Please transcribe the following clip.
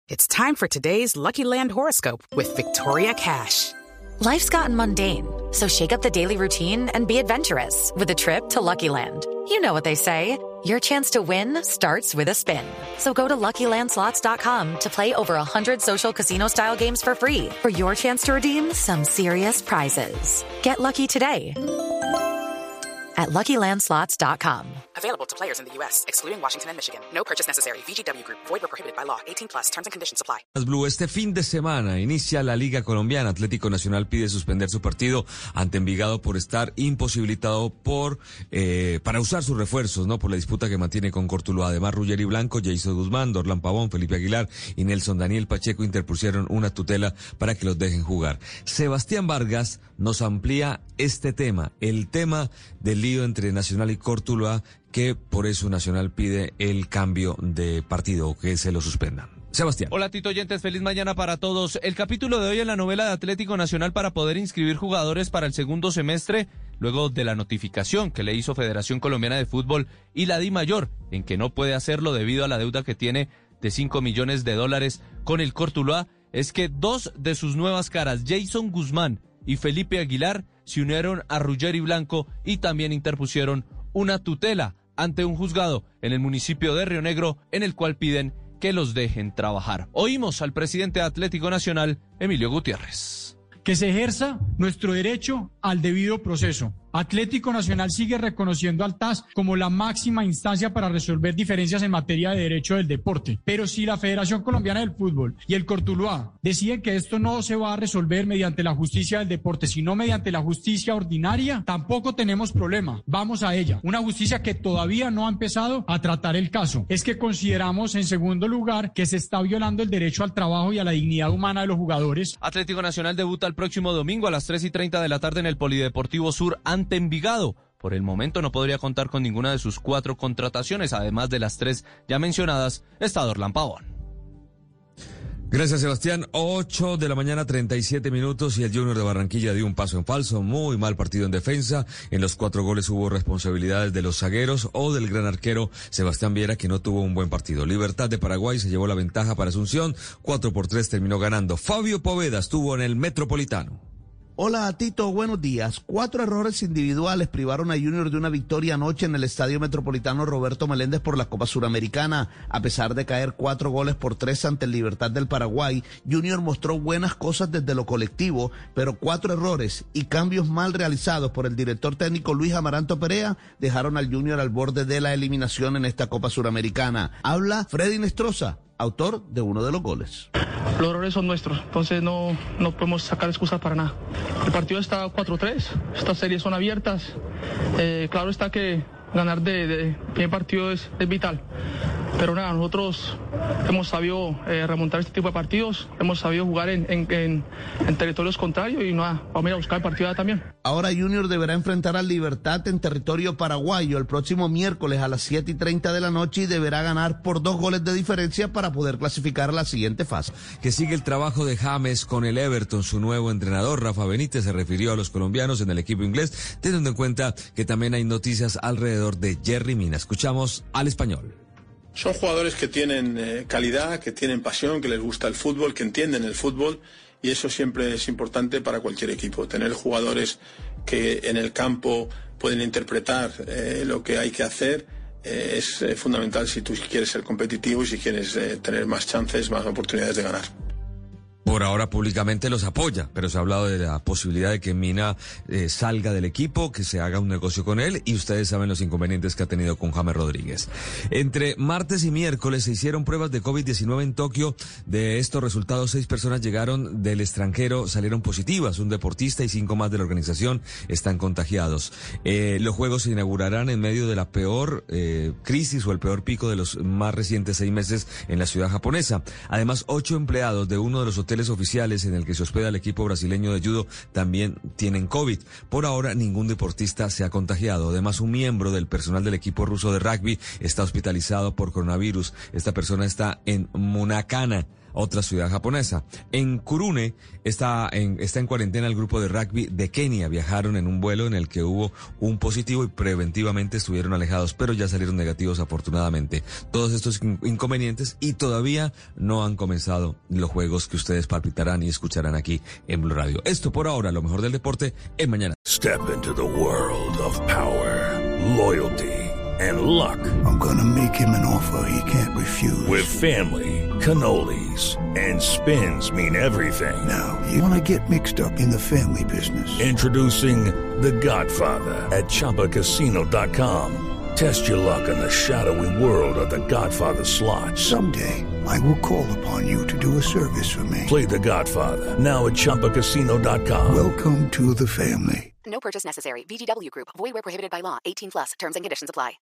It's time for today's Lucky Land horoscope with Victoria Cash. Life's gotten mundane, so shake up the daily routine and be adventurous with a trip to Lucky Land. You know what they say, your chance to win starts with a spin. So go to LuckyLandSlots.com to play over 100 social casino-style games for free for your chance to redeem some serious prizes. Get lucky today at LuckyLandSlots.com. Available to players in the U.S., excluding Washington and Michigan. No purchase necessary. VGW Group. Void or prohibited by law. 18+. Terms and conditions apply. Blue, este fin de semana inicia la Liga Colombiana. Atlético Nacional pide suspender su partido ante Envigado por estar imposibilitado para usar sus refuerzos, ¿no? Por la disputa que mantiene con Cortuluá. Además, Ruggeri Blanco, Jason Guzmán, Dorlan Pavón, Felipe Aguilar y Nelson Daniel Pacheco interpusieron una tutela para que los dejen jugar. Sebastián Vargas nos amplía este tema, el tema del lío entre Nacional y Cortuluá, que por eso Nacional pide el cambio de partido, que se lo suspendan. Sebastián. Hola Tito oyentes, feliz mañana para todos. El capítulo de hoy en la novela de Atlético Nacional para poder inscribir jugadores para el segundo semestre, luego de la notificación que le hizo Federación Colombiana de Fútbol y la DIMAYOR, en que no puede hacerlo debido a la deuda que tiene de $5 millones con el Cortuluá, es que dos de sus nuevas caras, Jason Guzmán y Felipe Aguilar, se unieron a Ruggeri Blanco y también interpusieron una tutela ante un juzgado en el municipio de Río Negro, en el cual piden que los dejen trabajar. Oímos al presidente de Atlético Nacional, Emilio Gutiérrez. Que se ejerza nuestro derecho al debido proceso. Atlético Nacional sigue reconociendo al TAS como la máxima instancia para resolver diferencias en materia de derecho del deporte. Pero si la Federación Colombiana del Fútbol y el Cortuluá deciden que esto no se va a resolver mediante la justicia del deporte, sino mediante la justicia ordinaria, tampoco tenemos problema. Vamos a ella. Una justicia que todavía no ha empezado a tratar el caso. Es que consideramos, en segundo lugar, que se está violando el derecho al trabajo y a la dignidad humana de los jugadores. Atlético Nacional debuta el próximo domingo a las 3:30 de la tarde en el Polideportivo Sur ante Envigado. Por el momento no podría contar con ninguna de sus 4 contrataciones, además de las 3 ya mencionadas, está Dorlan Pavón. Gracias, Sebastián. 8 de la mañana, 37 minutos, y el Junior de Barranquilla dio un paso en falso. Muy mal partido en defensa. En los 4 goles hubo responsabilidades de los zagueros o del gran arquero Sebastián Viera, que no tuvo un buen partido. Libertad de Paraguay se llevó la ventaja para Asunción. 4-3 terminó ganando. Fabio Poveda estuvo en el Metropolitano. Hola Tito, buenos días. 4 errores individuales privaron a Junior de una victoria anoche en el Estadio Metropolitano Roberto Meléndez por la Copa Suramericana. A pesar de caer 4-3 ante el Libertad del Paraguay, Junior mostró buenas cosas desde lo colectivo, pero 4 errores y cambios mal realizados por el director técnico Luis Amaranto Perea dejaron al Junior al borde de la eliminación en esta Copa Suramericana. Habla Freddy Nestroza, autor de uno de los goles. Los errores son nuestros, entonces no podemos sacar excusas para nada. El partido está 4-3, estas series son abiertas. Claro está que ganar de primer partido es vital. Pero nada, nosotros hemos sabido remontar este tipo de partidos, hemos sabido jugar en territorios contrarios y nada, vamos a ir a buscar el partido también. Ahora Junior deberá enfrentar al Libertad en territorio paraguayo el próximo miércoles a las 7:30 de la noche y deberá ganar por 2 goles de diferencia para poder clasificar a la siguiente fase. Que sigue el trabajo de James con el Everton. Su nuevo entrenador, Rafa Benítez, se refirió a los colombianos en el equipo inglés, teniendo en cuenta que también hay noticias alrededor de Yerry Mina. Escuchamos al español. Son jugadores que tienen calidad, que tienen pasión, que les gusta el fútbol, que entienden el fútbol, y eso siempre es importante para cualquier equipo. Tener jugadores que en el campo pueden interpretar lo que hay que hacer es fundamental si tú quieres ser competitivo y si quieres tener más chances, más oportunidades de ganar. Por ahora públicamente los apoya, pero se ha hablado de la posibilidad de que Mina salga del equipo, que se haga un negocio con él, y ustedes saben los inconvenientes que ha tenido con James Rodríguez. Entre martes y miércoles se hicieron pruebas de COVID-19 en Tokio. De estos resultados, 6 personas llegaron del extranjero, salieron positivas. Un deportista y 5 más de la organización están contagiados. Los Juegos se inaugurarán en medio de la peor crisis o el peor pico de los más recientes 6 meses en la ciudad japonesa. Además, 8 empleados de uno de los hoteles oficiales en el que se hospeda el equipo brasileño de judo también tienen COVID. Por ahora ningún deportista se ha contagiado. Además, un miembro del personal del equipo ruso de rugby está hospitalizado por coronavirus. Esta persona está en Munakana, otra ciudad japonesa. En Kurune está en cuarentena el grupo de rugby de Kenia. Viajaron en un vuelo en el que hubo un positivo y preventivamente estuvieron alejados, pero ya salieron negativos afortunadamente. Todos estos inconvenientes y todavía no han comenzado los juegos que ustedes palpitarán y escucharán aquí en Blue Radio. Esto por ahora, lo mejor del deporte en Mañana. Step into the world of power, loyalty, and luck. I'm gonna make him an offer he can't refuse. With family, cannolis, and spins mean everything. Now, you wanna get mixed up in the family business. Introducing The Godfather at ChumbaCasino.com. Test your luck in the shadowy world of The Godfather slot. Someday, I will call upon you to do a service for me. Play The Godfather, now at ChumbaCasino.com. Welcome to the family. No purchase necessary. VGW Group. Void where prohibited by law. 18+. Terms and conditions apply.